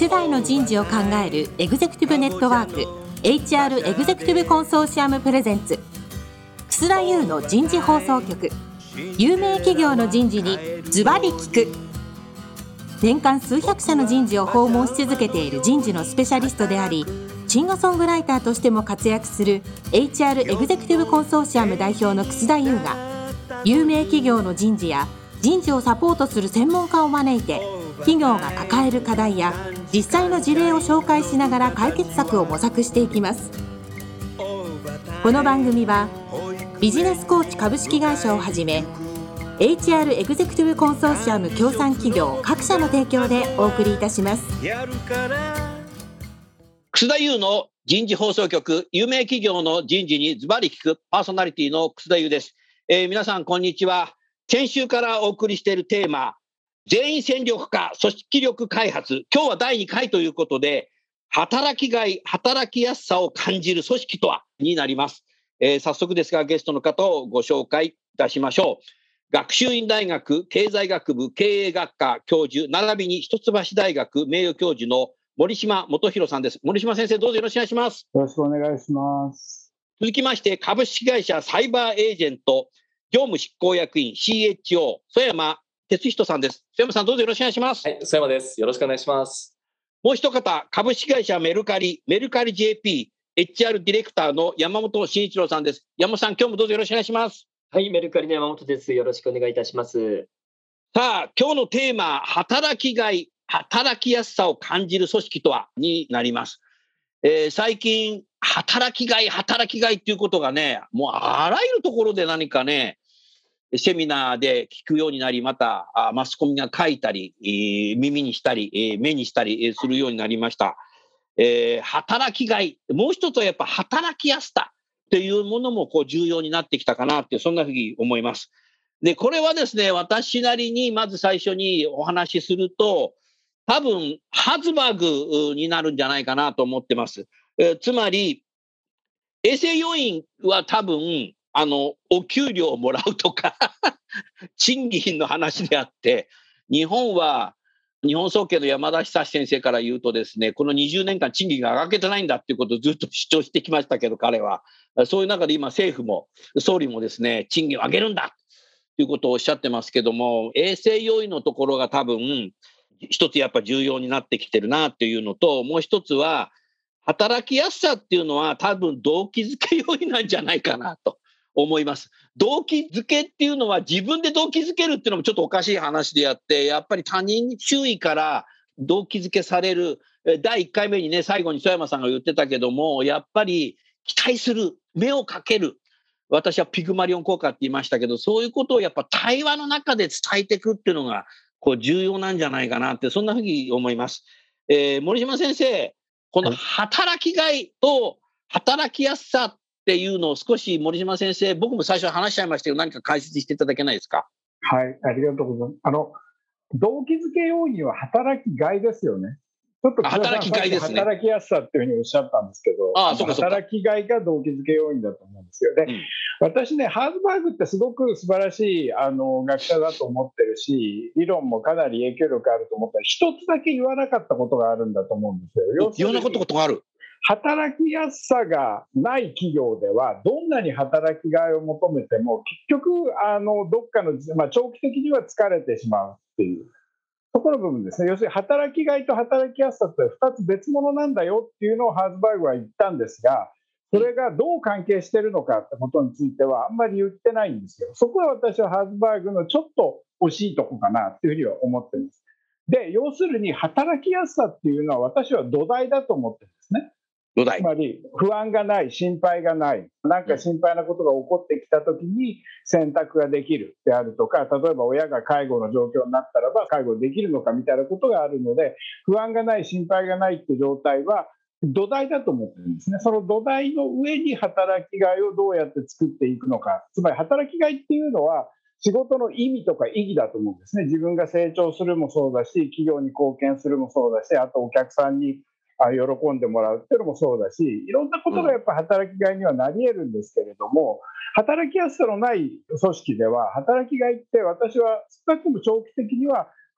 世代の人事を考えるエグゼクティブネットワーク HR エグゼクティブコンソーシアムプレゼンツ、楠田優の人事放送局。有名企業の人事にズバリ聞く。年間数百社の人事を訪問し続けている人事のスペシャリストであり、シンガーソングライターとしても活躍する HR エグゼクティブコンソーシアム代表の楠田優が、有名企業の人事や人事をサポートする専門家を招いて、企業が抱える課題や実際の事例を紹介しながら解決策を模索していきます。この番組はビジネスコーチ株式会社をはじめ HR エグゼクティブコンソーシアム協賛企業各社の提供でお送りいたします。 楠田優の人事放送局、有名企業の人事にズバリ聞く、パーソナリティの楠田優です。皆さんこんにちは。先週からお送りしているテーマ、全員戦力化、組織力開発。今日は第2回ということで、働きがい、働きやすさを感じる組織とはになります。早速ですがゲストの方をご紹介いたしましょう。学習院大学経済学部経営学科教授、並びに一橋大学名誉教授の森島元弘さんです。森島先生、どうぞよろしくお願いします。 よろしくお願いします。 続きまして、株式会社サイバーエージェント業務執行役員 CHO 曽山哲人さんです。曽山さん、どうぞよろしくお願いします。 はい、曽山です。よろしくお願いします。 もう一方、株式会社メルカリ JP HR ディレクターの山本慎一郎さんです。山本さん、今日もどうぞよろしくお願いします。 はい、メルカリの山本です。よろしくお願いいたします。 さあ、今日のテーマ、働きがい、働きやすさを感じる組織とはになります。最近、働きがいっていうことがね、もうあらゆるところで何かね、セミナーで聞くようになり、またマスコミが書いたり、耳にしたり、目にしたりするようになりました。働きがい、もう一つはやっぱ働きやすさっていうものも重要になってきたかなって、そんなふうに思います。で、これはですね、私なりにまず最初にお話しすると、多分ハズバーグになるんじゃないかなと思ってます。つまり衛生要員は多分お給料をもらうとか賃金の話であって、日本総研の山田久先生から言うとですね、この20年間賃金が上がってないんだっていうことをずっと主張してきましたけど、彼はそういう中で今政府も総理もですね、賃金を上げるんだということをおっしゃってますけども、衛生要員のところが多分一つやっぱ重要になってきてるなっていうのと、もう一つは働きやすさっていうのは多分動機づけ要因なんじゃないかなと思います。動機づけっていうのは自分で動機づけるっていうのもちょっとおかしい話であって、やっぱり他人周囲から動機づけされる。第1回目にね、最後に曽山さんが言ってたけども、やっぱり期待する、目をかける。私はピグマリオン効果って言いましたけど、そういうことをやっぱ対話の中で伝えていくっていうのが重要なんじゃないかなって、そんなふうに思います。森島先生、この働きがいと働きやすさっていうのを少し森島先生、僕も最初話しちゃいましたけど、何か解説していただけないですか。 はい、ありがとうございます。動機づけ要因は働きがいですよね。ちょっと働きがいですね。 働きやすさっていうふうにおっしゃったんですけど、働きがいが動機づけ要因だと思うんですよ。で、私ね、ハーズバーグってすごく素晴らしい学者だと思ってるし、理論もかなり影響力あると思ったら、一つだけ言わなかったことがあるんだと思うんですよ。 言わなかったことがある。 働きやすさがない企業では、どんなに働きがいを求めても、結局どっかの、長期的には疲れてしまうっていうところの部分ですね。要するに働きがいと働きやすさって2つ別物なんだよっていうのをハーズバーグは言ったんですが、それがどう関係しているのかってことについてはあんまり言ってないんですよ。そこは私はハーズバーグのちょっと惜しいとこかなっていうふうには思っています。で、要するに働きやすさっていうのは私は土台だと思ってるんですね。つまり不安がない、心配がない、なんか心配なことが起こってきたときに選択ができるであるとか、例えば親が介護の状況になったらば介護できるのかみたいなことがあるので、不安がない、心配がないっていう状態は土台だと思ってるんですね。その土台の上に働きがいをどうやって作っていくのか、つまり働きがいっていうのは仕事の意味とか意義だと思うんですね。自分が成長するもそうだし、企業に貢献するもそうだし、あとお客さんに喜んでもらうっていうのもそうだし、いろんなことがやっぱ働きがいにはなり得るんですけれども、働きやすさのない組織では働きがいって私は少なくとも長期的には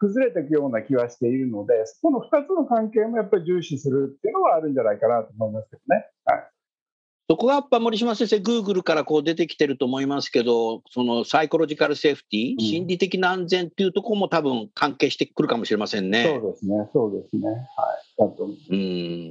崩れていくような気はしているので、そこの2つの関係もやっぱり重視するっていうのはあるんじゃないかなと思いますけどね。はい、 そこがやっぱ森島先生、グーグルからこう出てきてると思いますけど、そのサイコロジカルセーフティー、心理的な安全っていうところも多分関係してくるかもしれませんね。 そうですね、そうですね。はい。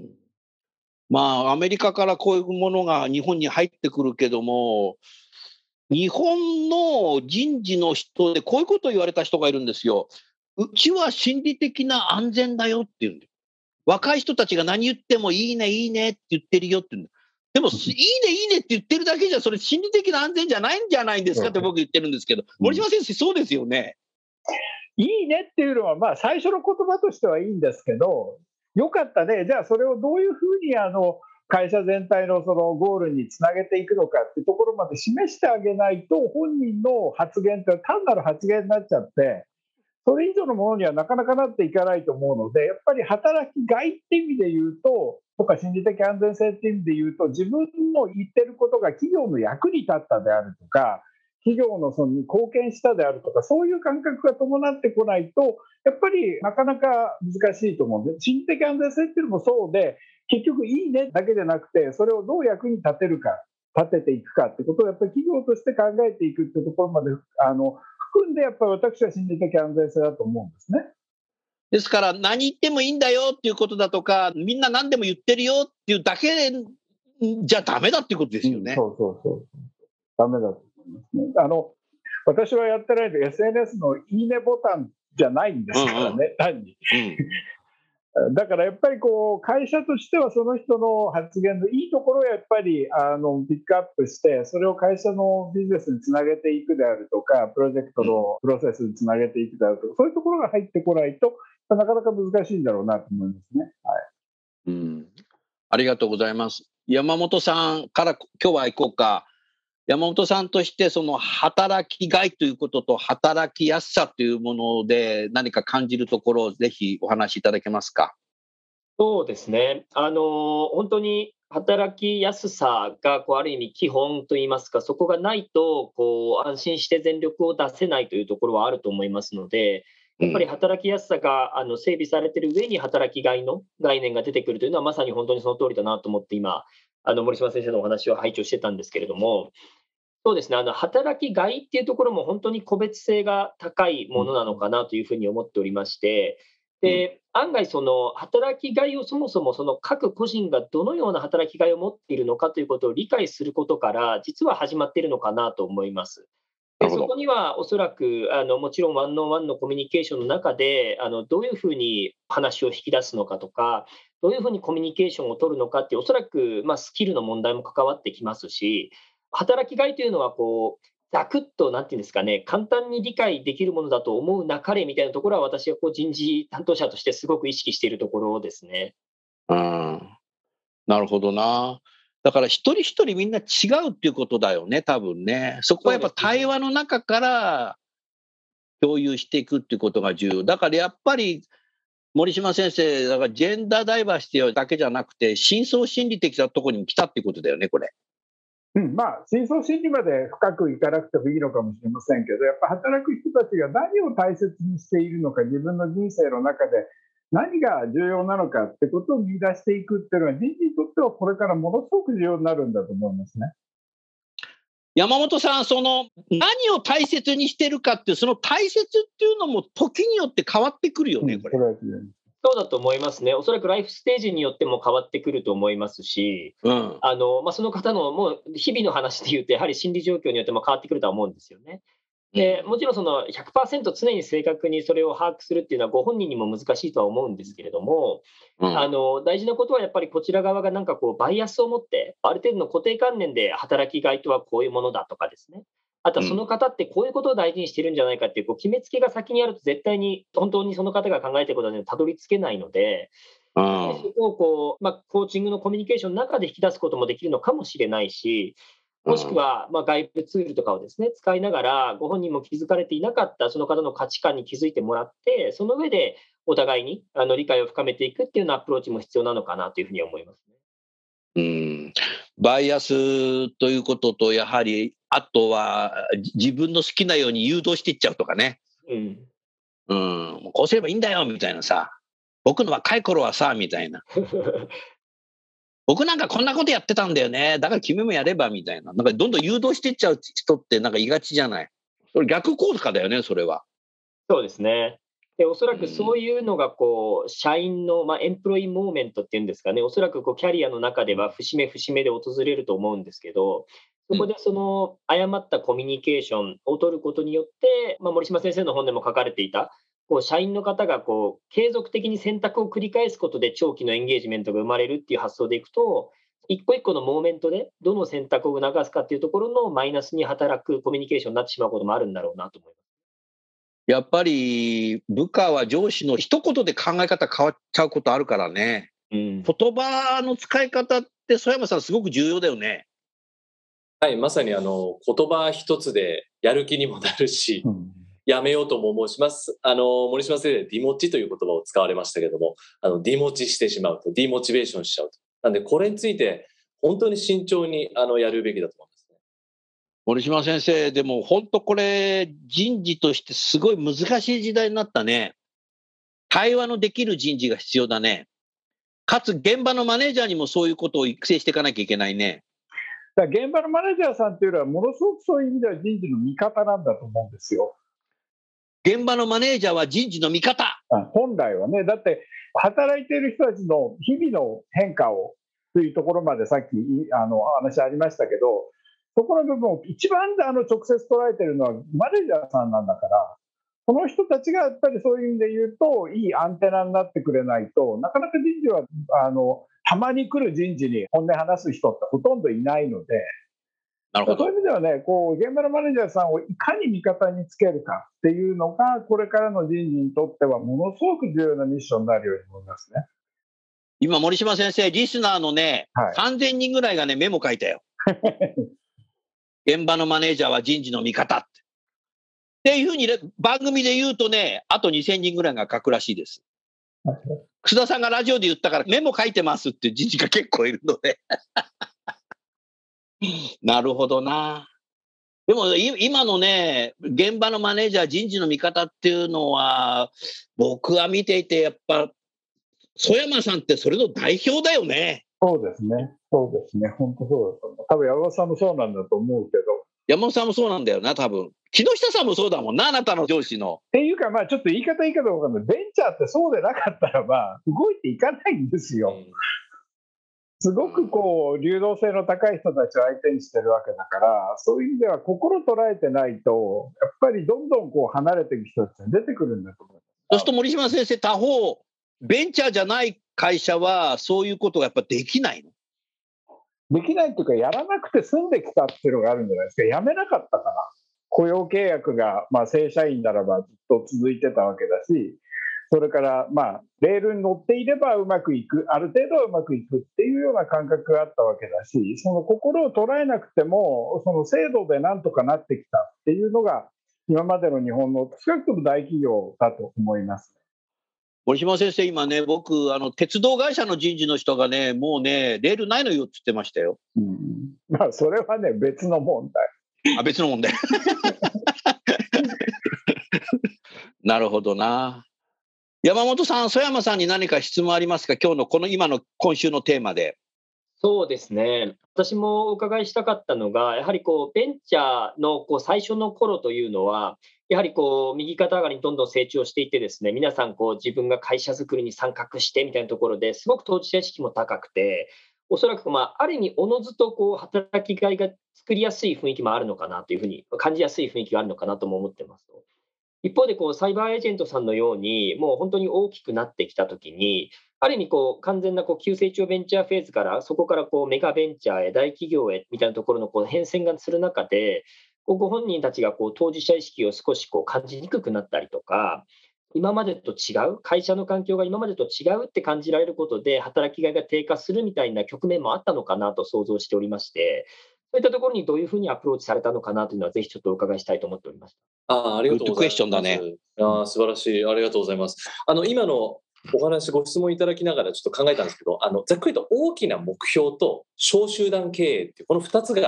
まあ、アメリカからこういうものが日本に入ってくるけども、日本の人事の人でこういうことを言われた人がいるんですよ。うちは心理的な安全だよって言うんで、若い人たちが何言ってもいいねいいねって言ってるよって言うんだ。でもいいねいいねって言ってるだけじゃそれ心理的な安全じゃないんじゃないんですかって僕言ってるんですけど、森島先生そうですよね。 いいねっていうのは、まあ、最初の言葉としてはいいんですけど、よかったね、じゃあそれをどういうふうに会社全体のそのゴールにつなげていくのかっていうところまで示してあげないと、本人の発言って単なる発言になっちゃって、それ以上のものにはなかなかなっていかないと思うので、やっぱり働きがいっていう意味で言うと、とか心理的安全性っていう意味で言うと、自分の言ってることが企業の役に立ったであるとか、企業のその貢献したであるとか、そういう感覚が伴ってこないと、やっぱりなかなか難しいと思うんで、心理的安全性っていうのもそうで、結局いいねだけじゃなくて、それをどう役に立てるか、立てていくかってことをやっぱり企業として考えていくっていうところまで含んで、やっぱり私は心理的安全性だと思うんですね。 ですから何言ってもいいんだよっていうことだとか、みんな何でも言ってるよっていうだけじゃダメだっていうことですよね。 そうダメだと思いますね。私はやってないで SNS のいいねボタンじゃないんですからね、単に。だからやっぱり会社としてはその人の発言のいいところをやっぱりピックアップして、それを会社のビジネスにつなげていくであるとか、プロジェクトのプロセスにつなげていくであるとか、そういうところが入ってこないとなかなか難しいんだろうなと思いますね。 ありがとうございます。山本さんから今日は行こうか。山本さんとしてその働きがいということと働きやすさというもので何か感じるところをぜひお話しいただけますか。 そうですね。本当に働きやすさがある意味基本といいますか、そこがないと安心して全力を出せないというところはあると思いますので、やっぱり働きやすさが整備されている上に働きがいの概念が出てくるというのはまさに本当にその通りだなと思って今森島先生のお話を拝聴してたんですけれども、そうですね、働きがいっていうところも本当に個別性が高いものなのかなというふうに思っておりまして、で案外その働きがいをそもそもその各個人がどのような働きがいを持っているのかということを理解することから実は始まっているのかなと思います。でそこにはおそらくもちろんワンオンワンのコミュニケーションの中でどういうふうに話を引き出すのかとか、どういうふうにコミュニケーションを取るのかっていうおそらくスキルの問題も関わってきますし、働きがいというのはざくっとなんていうんですかね、簡単に理解できるものだと思うなかれみたいなところは私は人事担当者としてすごく意識しているところですね。 なるほどな。だから一人一人みんな違うっていうことだよね、多分ね。そこはやっぱ対話の中から共有していくっていうことが重要。だからやっぱり森島先生、だからジェンダーダイバーシティだけじゃなくて、深層心理的なところに来たっていうことだよね、これ。 深層心理まで深くいかなくてもいいのかもしれませんけど、やっぱ働く人たちが何を大切にしているのか、自分の人生の中で何が重要なのかってことを見出していくっていうのは、人事にとってはこれからものすごく重要になるんだと思いますね。 山本さん、その何を大切にしてるかっていう、その大切っていうのも時によって変わってくるよね、これ。 そうだと思いますね。おそらくライフステージによっても変わってくると思いますし、その方のもう日々の話で言うと、やはり心理状況によっても変わってくるとは思うんですよね。でもちろんその 100% 常に正確にそれを把握するっていうのはご本人にも難しいとは思うんですけれども、大事なことはやっぱりこちら側がバイアスを持って、ある程度の固定観念で働きがいとはこういうものだとかですね。あとはその方ってこういうことを大事にしてるんじゃないかっていう決めつけが先にあると絶対に本当にその方が考えていることにたどり着けないので、そこをコーチングのコミュニケーションの中で引き出すこともできるのかもしれないし、もしくは外部ツールとかをですね、使いながらご本人も気づかれていなかったその方の価値観に気づいてもらって、その上でお互いに理解を深めていくっていうようなアプローチも必要なのかなというふうに思いますね。 バイアスということと、やはりあとは自分の好きなように誘導していっちゃうとかね。 もうこうすればいいんだよみたいなさ、僕の若い頃はさみたいな、僕なんかこんなことやってたんだよね、だから君もやればみたいな、なんかどんどん誘導していっちゃう人ってなんかいがちじゃない。それ逆効果だよね、それは。 そうですね。で、おそらくそういうのがこう、社員の、エンプロイモーメントっていうんですかね、おそらくこうキャリアの中では節目節目で訪れると思うんですけど、そこでその誤ったコミュニケーションを取ることによって、森島先生の本でも書かれていた、こう社員の方がこう継続的に選択を繰り返すことで長期のエンゲージメントが生まれるっていう発想でいくと、一個一個のモーメントでどの選択を促すかっていうところのマイナスに働くコミュニケーションになってしまうこともあるんだろうなと思います。 やっぱり部下は上司の一言で考え方変わっちゃうことあるからね。言葉の使い方って曽山さんすごく重要だよね。 はい、まさに言葉一つでやる気にもなるし、やめようとも思います。森島先生、ディモチという言葉を使われましたけども、ディモチしてしまうと、ディモチベーションしちゃうと。なんで、これについて、本当に慎重にやるべきだと思いますね。 森島先生、でも本当これ、人事としてすごい難しい時代になったね。対話のできる人事が必要だね。かつ、現場のマネージャーにもそういうことを育成していかなきゃいけないね。 だから現場のマネージャーさんっていうのは、ものすごくそういう意味では人事の味方なんだと思うんですよ。 現場のマネージャーは人事の味方。 本来はね、だって働いている人たちの日々の変化をというところまでさっき話ありましたけど、そこの部分を一番直接捉えているのはマネージャーさんなんだから、この人たちがやっぱりそういう意味で言うと、いいアンテナになってくれないと、なかなか人事はたまに来る人事に本音話す人ってほとんどいないので。 なるほど。 そういう意味ではね、現場のマネージャーさんをいかに味方につけるかっていうのが、これからの人事にとってはものすごく重要なミッションになるように思いますね。 今、森島先生、リスナーのね、3000人ぐらいがね、メモ書いたよ。現場のマネージャーは人事の味方って。っていうふうに番組で言うとね、あと2000人ぐらいが書くらしいです。楠田さんがラジオで言ったからメモ書いてますっていう人事が結構いるので。なるほどな。でも今のね、現場のマネージャー、人事の味方っていうのは、僕は見ていて、やっぱ、曽山さんってそれの代表だよね。 そうですね。そうですね。本当そうだと思う。多分山本さんもそうなんだと思うけど。 山本さんもそうなんだよな、多分。木下さんもそうだもんな、あなたの上司の。 っていうか、ちょっと言い方分かんない。ベンチャーってそうでなかったら動いていかないんですよ。すごく流動性の高い人たちを相手にしてるわけだから、そういう意味では心捉えてないと、やっぱりどんどん離れていく人たちが出てくるんだと思います。 そうすると森島先生、他方、ベンチャーじゃない会社は、そういうことがやっぱできないの？ できないっていうか、やらなくて済んできたっていうのがあるんじゃないですか。やめなかったから。雇用契約が、正社員ならばずっと続いてたわけだし、それからレールに乗っていればうまくいく、ある程度はうまくいくっていうような感覚があったわけだし、その心を捉えなくても、その制度でなんとかなってきたっていうのが、今までの日本の少なくとも大企業だと思います。 森島先生、今ね、僕、鉄道会社の人事の人がね、もうね、レールないのよって言ってましたよ。 それはね、別の問題。 別の問題。なるほどな。山本さん、曽山さんに何か質問ありますか？今今週のテーマで。 そうですね。私もお伺いしたかったのが、やはりベンチャーの最初の頃というのは、やはり右肩上がりにどんどん成長していってですね、皆さん自分が会社作りに参画してみたいなところですごく当事者意識も高くて、おそらくある意味おのずと働きがいが作りやすい雰囲気もあるのかなというふうに感じやすい雰囲気があるのかなとも思ってます。一方でサイバーエージェントさんのようにもう本当に大きくなってきたときに、ある意味完全な急成長ベンチャーフェーズから、そこからメガベンチャーへ大企業へみたいなところの変遷がする中で、ご本人たちが当事者意識を少し感じにくくなったりとか、今までと違う、会社の環境が今までと違うって感じられることで働きがいが低下するみたいな局面もあったのかなと想像しておりまして、そういったところにどういうふうにアプローチされたのかなというのは、ぜひちょっとお伺いしたいと思っております。 ありがとうございます。 グッドクエスチョンだね。 素晴らしい。ありがとうございます。今のお話、ご質問いただきながらちょっと考えたんですけど、ざっくりと大きな目標と小集団経営っていうこの2つが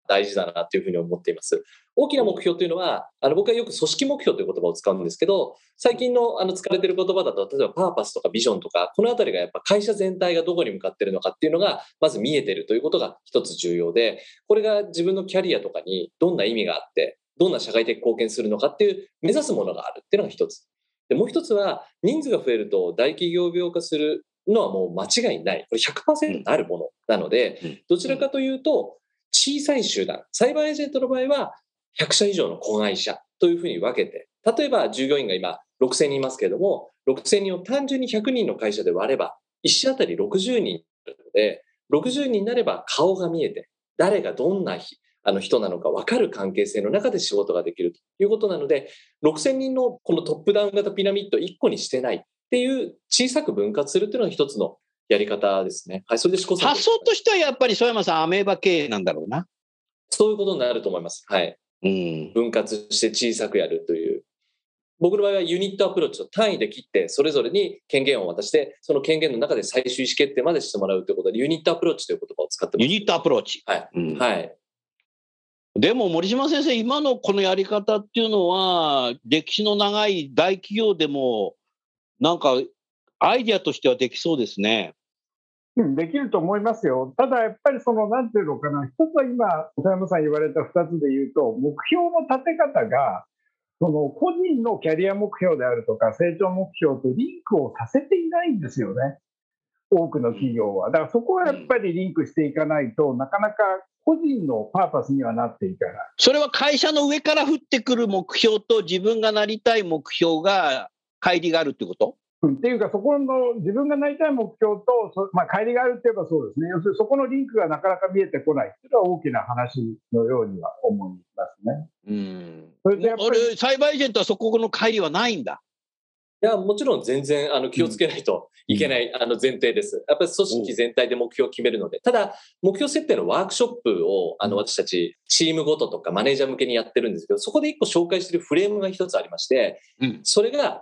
大事だなというふうに思っています。大きな目標というのは、僕はよく組織目標という言葉を使うんですけど、最近の使われている言葉だと、例えばパーパスとかビジョンとか、このあたりがやっぱ会社全体がどこに向かっているのかっていうのが、まず見えているということが一つ重要で、これが自分のキャリアとかにどんな意味があって、どんな社会的貢献するのかっていう目指すものがあるっていうのが一つ。で、もう一つは、人数が増えると大企業病化するのはもう間違いない。これ 100% あるものなので、どちらかというと、小さい集団、サイバーエージェントの場合は、100社以上の子会社というふうに分けて、例えば従業員が今6000人いますけれども、6000人を単純に100人の会社で割れば、1社あたり60人になるので、60人になれば顔が見えて、誰がどんな人なのか分かる関係性の中で仕事ができるということなので、6000人のこのトップダウン型ピラミッド1個にしてないっていう小さく分割するというのが一つのやり方ですね。はい、それで発想としてはやっぱり曽山さんアメーバ経営なんだろうな。 そういうことになると思います。はい。分割して小さくやるという。僕の場合はユニットアプローチと単位で切ってそれぞれに権限を渡して、その権限の中で最終意思決定までしてもらうということで、ユニットアプローチという言葉を使ってます。 ユニットアプローチ。 はい。はい。 でも森島先生、今のこのやり方っていうのは歴史の長い大企業でもなんかアイディアとしてはできそうですね。 できると思いますよ。ただやっぱりなんていうのかな、一つは今曽山さん言われた2つで言うと、目標の立て方が個人のキャリア目標であるとか成長目標とリンクをさせていないんですよね、多くの企業は。だからそこはやっぱりリンクしていかないと、なかなか個人のパーパスにはなっていかない。 それは会社の上から降ってくる目標と自分がなりたい目標が乖離があるってこと？ っていうか、そこの自分がなりたい目標と、乖離があるって言えばそうですね。要するにそこのリンクがなかなか見えてこないっていうのは大きな話のようには思いますね。 それでやっぱりサイバーエージェントはそこの乖離はないんだ。 いや、もちろん全然気をつけないといけない前提です。やっぱり組織全体で目標を決めるので。ただ、目標設定のワークショップを私たちチームごととかマネージャー向けにやってるんですけど、そこで一個紹介しているフレームが一つありまして、それが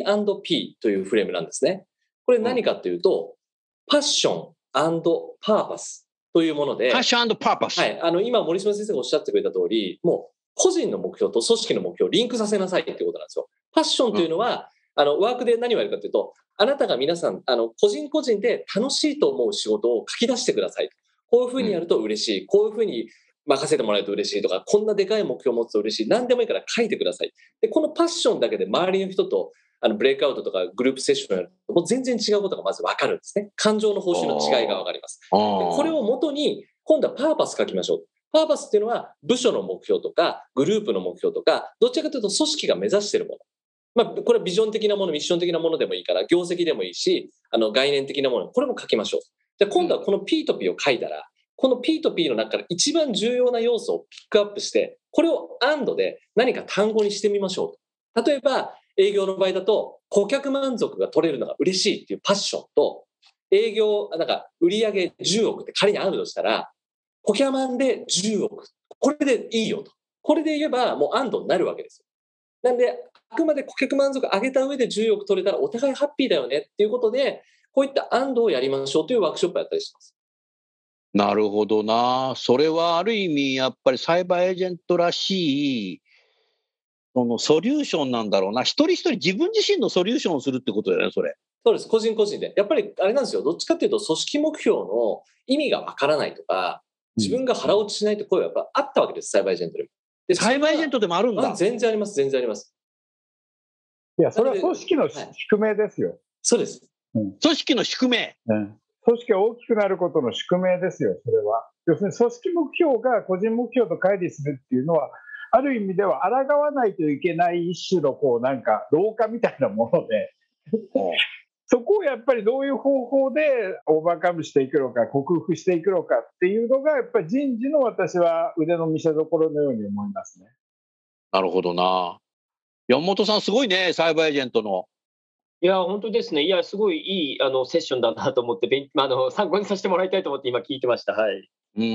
P&P というフレームなんですね。これ何かというと、パッション&パーパスというもので。 パッション&パーパス。 はい。今、森島先生がおっしゃってくれた通り、もう個人の目標と組織の目標をリンクさせなさいっていうことなんですよ。パッションというのは、ワークで何をやるかというと、あなたが皆さん、個人個人で楽しいと思う仕事を書き出してください。こういうふうにやると嬉しい。こういうふうに任せてもらえると嬉しいとか、こんなでかい目標を持つと嬉しい。何でもいいから書いてください。で、このパッションだけで周りの人と、ブレイクアウトとかグループセッションやると、もう全然違うことがまず分かるんですね。感情の報酬の違いが分かります。で、これをもとに、今度はパーパス書きましょう。パーパスっていうのは、部署の目標とか、グループの目標とか、どちらかというと組織が目指しているもの。これはビジョン的なもの、ミッション的なものでもいいから、業績でもいいし、概念的なもの、これも書きましょう。じゃあ今度はこの P と P を書いたら、この P と P の中から一番重要な要素をピックアップして、これを&で何か単語にしてみましょうと。例えば、営業の場合だと、顧客満足が取れるのが嬉しいっていうパッションと、営業、売上10億って仮にあるとしたら、顧客満で10億。これでいいよと。これで言えばもう&になるわけですよ。なんで、あくまで顧客満足上げた上で10億取れたらお互いハッピーだよねっていうことで、こういった&をやりましょうというワークショップをやったりします。 なるほどな。それはある意味やっぱりサイバーエージェントらしいそのソリューションなんだろうな。一人一人自分自身のソリューションをするってことだよね、それ。 そうです。個人個人で。やっぱりあれなんですよ。どっちかっていうと組織目標の意味がわからないとか、自分が腹落ちしないと声はやっぱあったわけです、サイバーエージェントでも。でサイバーエージェントでもあるんだ。 全然あります、全然あります。 いや、それは組織の宿命ですよ。 そうです。 組織の宿命。 組織が大きくなることの宿命ですよ、それは。要するに組織目標が個人目標と乖離するっていうのは、ある意味では抗わないといけない一種の老化みたいなもので、そこをやっぱりどういう方法でオーバーカムしていくのか、克服していくのかっていうのが、やっぱり人事の私は腕の見せ所のように思いますね。 なるほどな。山本さん、すごいね、サイバーエージェントの。 いや、本当ですね。いや、すごいいいセッションだなと思って、参考にさせてもらいたいと思って今聞いてました。はい。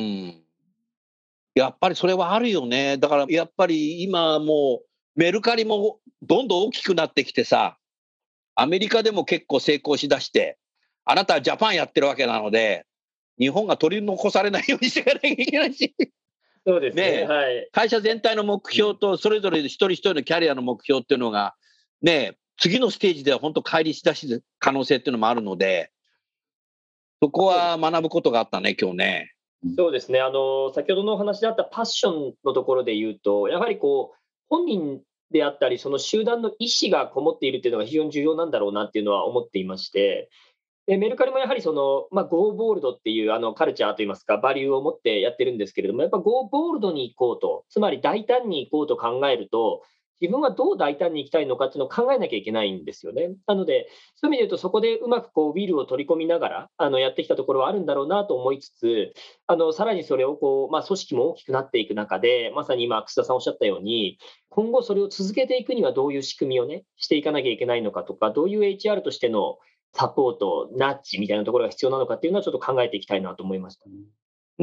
やっぱりそれはあるよね。だからやっぱり今もうメルカリもどんどん大きくなってきてさ、アメリカでも結構成功しだして、あなたはジャパンやってるわけなので、日本が取り残されないようにしていかなきゃいけないし。 そうですね。 ね、 はい。 会社全体の目標とそれぞれ一人一人のキャリアの目標っていうのが、ね、次のステージでは本当乖離しだす可能性っていうのもあるので、そこは学ぶことがあったね、今日ね。 そうですね。先ほどのお話であったパッションのところで言うと、やはりこう、本人であったり、その集団の意思がこもっているっていうのが非常に重要なんだろうなっていうのは思っていまして、で、メルカリもやはりその、ゴーボールドっていうカルチャーといいますか、バリューを持ってやってるんですけれども、やっぱゴーボールドに行こうと、つまり大胆に行こうと考えると、自分はどう大胆に行きたいのかっていうのを考えなきゃいけないんですよね。なので、そういう意味で言うと、そこでうまくこう、ウィルを取り込みながら、やってきたところはあるんだろうなと思いつつ、さらにそれをこう、組織も大きくなっていく中で、まさに今、楠田さんおっしゃったように、今後それを続けていくにはどういう仕組みをね、していかなきゃいけないのかとか、どういう HR としてのサポート、ナッジみたいなところが必要なのかっていうのはちょっと考えていきたいなと思いました。 うん、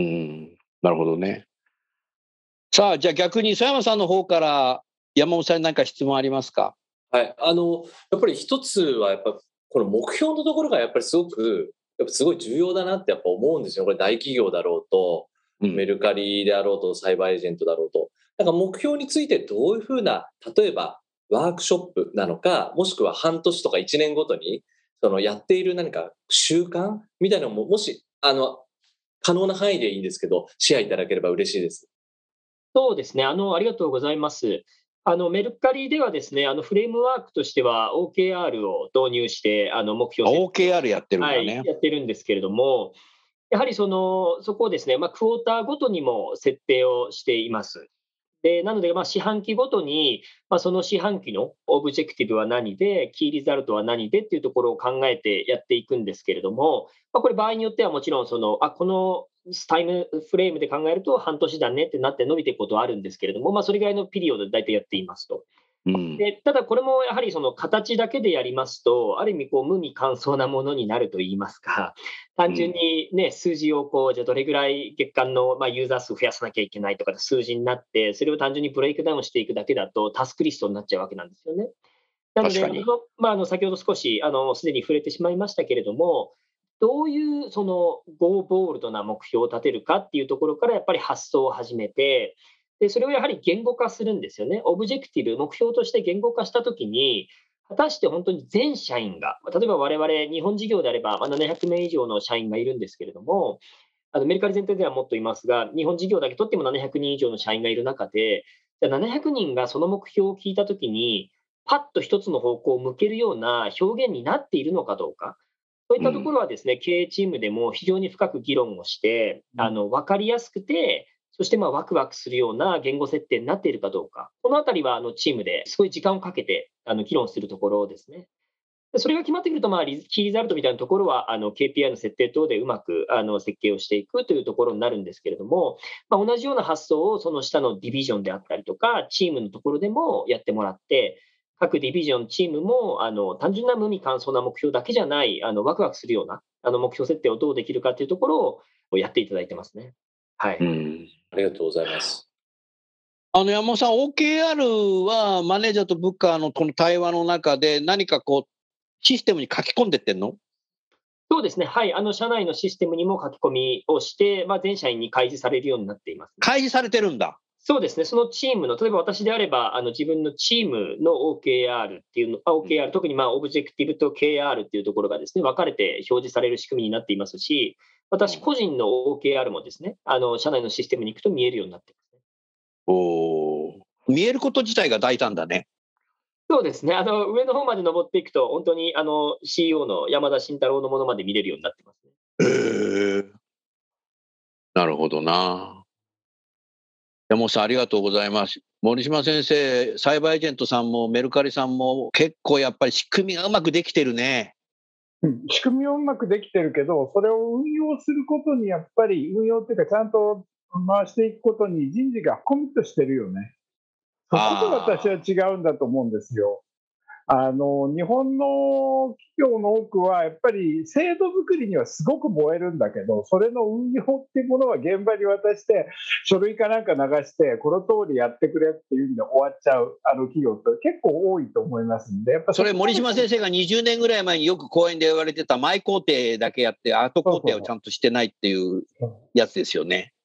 なるほどね。さあ、じゃあ逆に佐山さんの方から山本さんに何か質問ありますか？ はい。やっぱり一つは、やっぱ、この目標のところがやっぱりすごく、やっぱすごい重要だなってやっぱ思うんですよ。これ大企業だろうと、メルカリであろうと、サイバーエージェントだろうと。なんか目標についてどういうふうな、例えばワークショップなのか、もしくは半年とか1年ごとに、そのやっている何か習慣みたいなのも、もし、可能な範囲でいいんですけど、シェアいただければ嬉しいです。 そうですね。ありがとうございます。メルカリではですね、フレームワークとしては OKR を導入して、目標設定、 OKR やってるんはい、 だね。 やってるんですけれども、やはりそこをですね、クォーターごとにも設定をしています。で、なので、四半期ごとに、その四半期のオブジェクティブは何で、キーリザルトは何でっていうところを考えてやっていくんですけれども、これ場合によってはもちろんこのタイムフレームで考えると半年だねってなって伸びていくことはあるんですけれども、それぐらいのピリオドで大体やっていますと。 うん、 で、ただこれもやはりその形だけでやりますと、ある意味こう無味乾燥なものになると言いますか、単純にね、数字をこう、じゃあどれぐらい月間のユーザー数増やさなきゃいけないとか数字になって、それを単純にブレイクダウンしていくだけだとタスクリストになっちゃうわけなんですよね。なので、 確かに。 先ほど少しすでに触れてしまいましたけれども、どういうそのゴーボールドな目標を立てるかっていうところからやっぱり発想を始めて、で、それをやはり言語化するんですよね。オブジェクティブ、目標として言語化したときに、果たして本当に全社員が、例えば我々日本事業であれば、700名以上の社員がいるんですけれども、メルカリ全体ではもっといますが、日本事業だけ取っても700人以上の社員がいる中で、じゃあ700人がその目標を聞いたときに、パッと一つの方向を向けるような表現になっているのかどうか。そういったところはですね、経営チームでも非常に深く議論をして、分かりやすくて、そしてワクワクするような言語設定になっているかどうか。このあたりはチームですごい時間をかけて議論するところですね。でそれが決まってくると、キーリザルトみたいなところは、KPI の設定等でうまく設計をしていくというところになるんですけれども、同じような発想をその下のディビジョンであったりとか、チームのところでもやってもらって、各ディビジョン、チームも単純な無味乾燥な目標だけじゃない、ワクワクするような目標設定をどうできるかというところをやっていただいてますね。はい。 ありがとうございます。 山本さん、OKR はマネージャーと部下のこの対話の中で何かこう、システムに書き込んでってんの？ そうですね。はい。社内のシステムにも書き込みをして、全社員に開示されるようになっています、ね。 開示されてるんだ。 そうですね。そのチームの、例えば私であれば、自分のチームの OKR っていうの、OKR、特にオブジェクティブと KR っていうところがですね、分かれて表示される仕組みになっていますし、私個人の OKR もですね、社内のシステムに行くと見えるようになっていますね。 見えること自体が大胆だね。 そうですね。上の方まで登っていくと、本当にCEO の山田慎太郎のものまで見れるようになってますね。 なるほどな。山本さん、ありがとうございます。森島先生、サイバーエージェントさんもメルカリさんも結構やっぱり仕組みがうまくできてるね。 仕組みはうまくできてるけど、それを運用することにやっぱり、運用っていうかちゃんと回していくことに人事がコミットしてるよね。そこと私は違うんだと思うんですよ。日本の企業の多くはやっぱり制度作りにはすごく燃えるんだけど、それの運用っていうものは現場に渡して書類かなんか流してこの通りやってくれっていうんで終わっちゃう企業って結構多いと思いますんで、やっぱそれ森島先生が20年ぐらい前によく講演で言われてた前工程だけやって後工程をちゃんとしてないっていうやつですよね。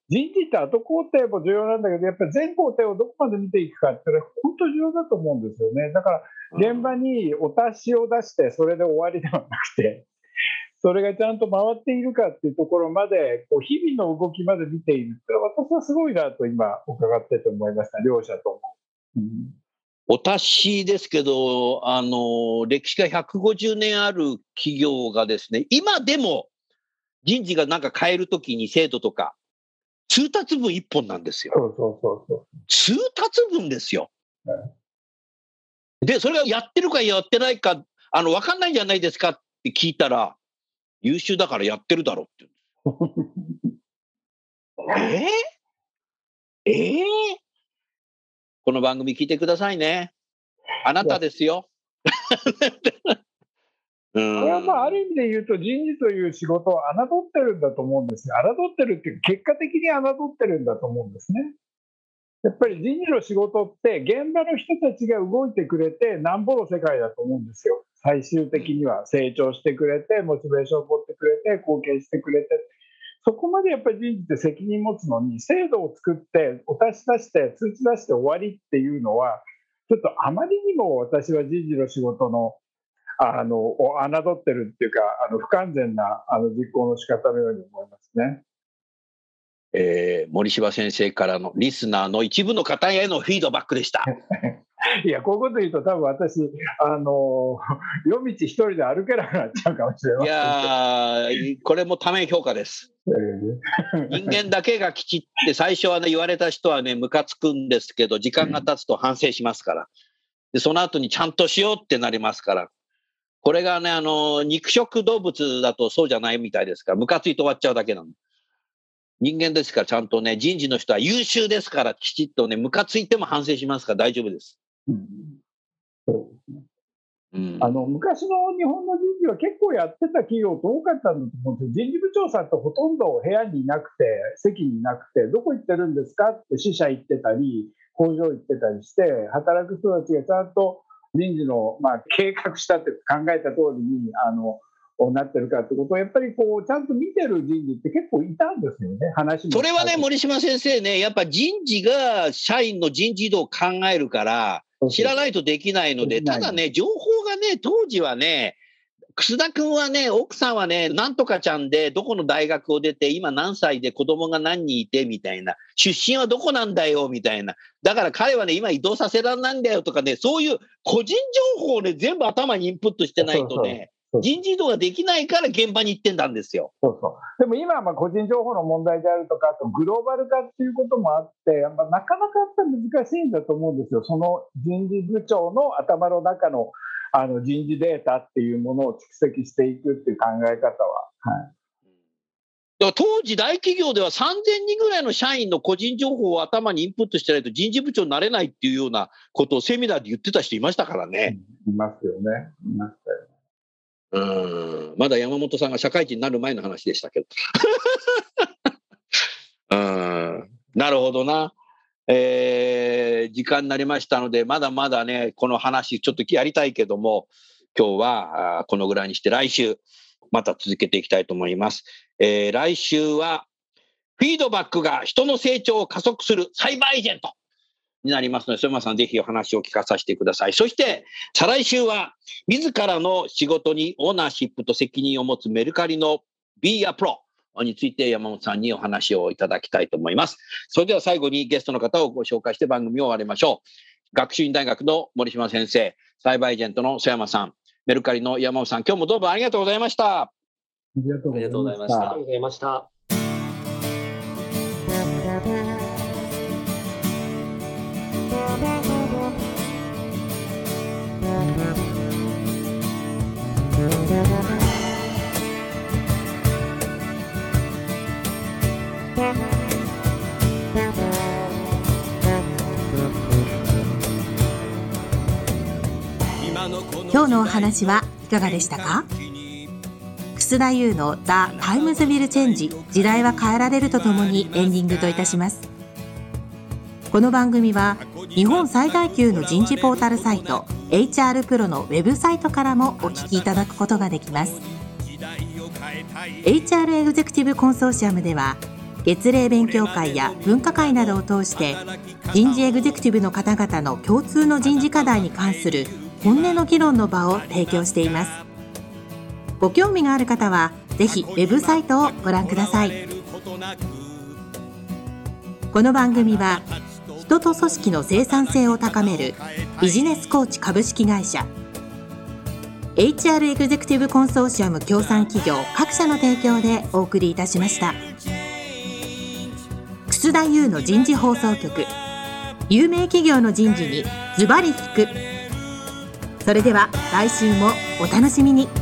人事って後工程も重要なんだけど、やっぱり全工程をどこまで見ていくかって本当に重要だと思うんですよね。だから現場にお達しを出してそれで終わりではなくて、それがちゃんと回っているかっていうところまで、日々の動きまで見ているって私はすごいなと今伺ってて思いました、両者とも。 お達しですけど、歴史が150年ある企業がですね、今でも人事がなんか変えるときに制度とか、通達文1本なんですよ。通達文ですよ。で、それがやってるかやってないか、わかんないんじゃないですかって聞いたら、優秀だからやってるだろうって言う。この番組聞いてくださいね。あなたですよ。 これはある意味で言うと、人事という仕事を侮ってるんだと思うんですよ。侮ってるっていう、結果的に侮ってるんだと思うんですね。やっぱり人事の仕事って現場の人たちが動いてくれてなんぼの世界だと思うんですよ。最終的には成長してくれて、モチベーションを持ってくれて、貢献してくれて、そこまでやっぱり人事って責任持つのに、制度を作ってお達し出して通知出して終わりっていうのはちょっとあまりにも私は人事の仕事のを侮ってるっていうか、不完全な実行の仕方のように思いますね。 森柴先生からのリスナーの一部の方へのフィードバックでした。 いや、こういうこと言うと多分私夜道一人で歩けなくなっちゃうかもしれません。 いやこれも多面評価です。人間だけがきちって最初はね言われた人はねムカつくんですけど、時間が経つと反省しますから、でその後にちゃんとしようってなりますから、これがね肉食動物だとそうじゃないみたいですから、ムカついて終わっちゃうだけなの。人間ですから、ちゃんとね人事の人は優秀ですから、きちっとねムカついても反省しますから大丈夫です。 そうですね。昔の日本の人事は結構やってた企業って多かったんだと思うんですよ。人事部長さんってほとんど部屋にいなくて、席にいなくて、どこ行ってるんですかって支社行ってたり工場行ってたりして、働く人たちがちゃんと人事の、計画したって考えた通りになってるかってことをやっぱりちゃんと見てる人事って結構いたんですよね。話もそれはね、森島先生ね、やっぱ人事が社員の人事異動を考えるから知らないとできないので、ただね情報がね、当時はね、楠田君はね、奥さんはねなんとかちゃんでどこの大学を出て今何歳で子供が何人いてみたいな、出身はどこなんだよみたいな、だから彼はね今移動させられないんだよとかね、そういう個人情報をね全部頭にインプットしてないとね、人事異動ができないから現場に行ってんだんですよ。 でも今は個人情報の問題であるとか、あとグローバル化っていうこともあって、なかなか難しいんだと思うんですよ。その人事部長の頭の中の人事データっていうものを蓄積していくっていう考え方は、 だから当時大企業では3000人ぐらいの社員の個人情報を頭にインプットしてないと人事部長になれないっていうようなことをセミナーで言ってた人いましたからね。 いますよね。いましたよね。 まだ山本さんが社会人になる前の話でしたけどなるほどな。時間になりましたので、まだまだねこの話ちょっとやりたいけども、今日はこのぐらいにして、来週また続けていきたいと思います。来週はフィードバックが人の成長を加速するサイバーエージェントになりますので、曽山さんぜひお話を聞かさせてください。そして再来週は自らの仕事にオーナーシップと責任を持つメルカリの Be a Pro について山本さんにお話をいただきたいと思います。それでは最後にゲストの方をご紹介して番組を終わりましょう。学習院大学の森島先生、サイバーエージェントの曽山さん、メルカリの山本さん、今日もどうもありがとうございました。 ありがとうございました。 ありがとうございました。 今日のお話はいかがでしたか？楠田優の The Times Will Change 時代は変えられるとともにエンディングといたします。この番組は日本最大級の人事ポータルサイト HR プロのウェブサイトからもお聞きいただくことができます。HR エグゼクティブコンソーシアムでは月例勉強会や分科会などを通して人事エグゼクティブの方々の共通の人事課題に関する本音の議論の場を提供しています。ご興味がある方はぜひウェブサイトをご覧ください。この番組は人と組織の生産性を高めるビジネスコーチ株式会社 HR エグゼクティブコンソーシアム協賛企業各社の提供でお送りいたしました。楠田優の人事放送局、有名企業の人事にズバリ聞く。それでは来週もお楽しみに。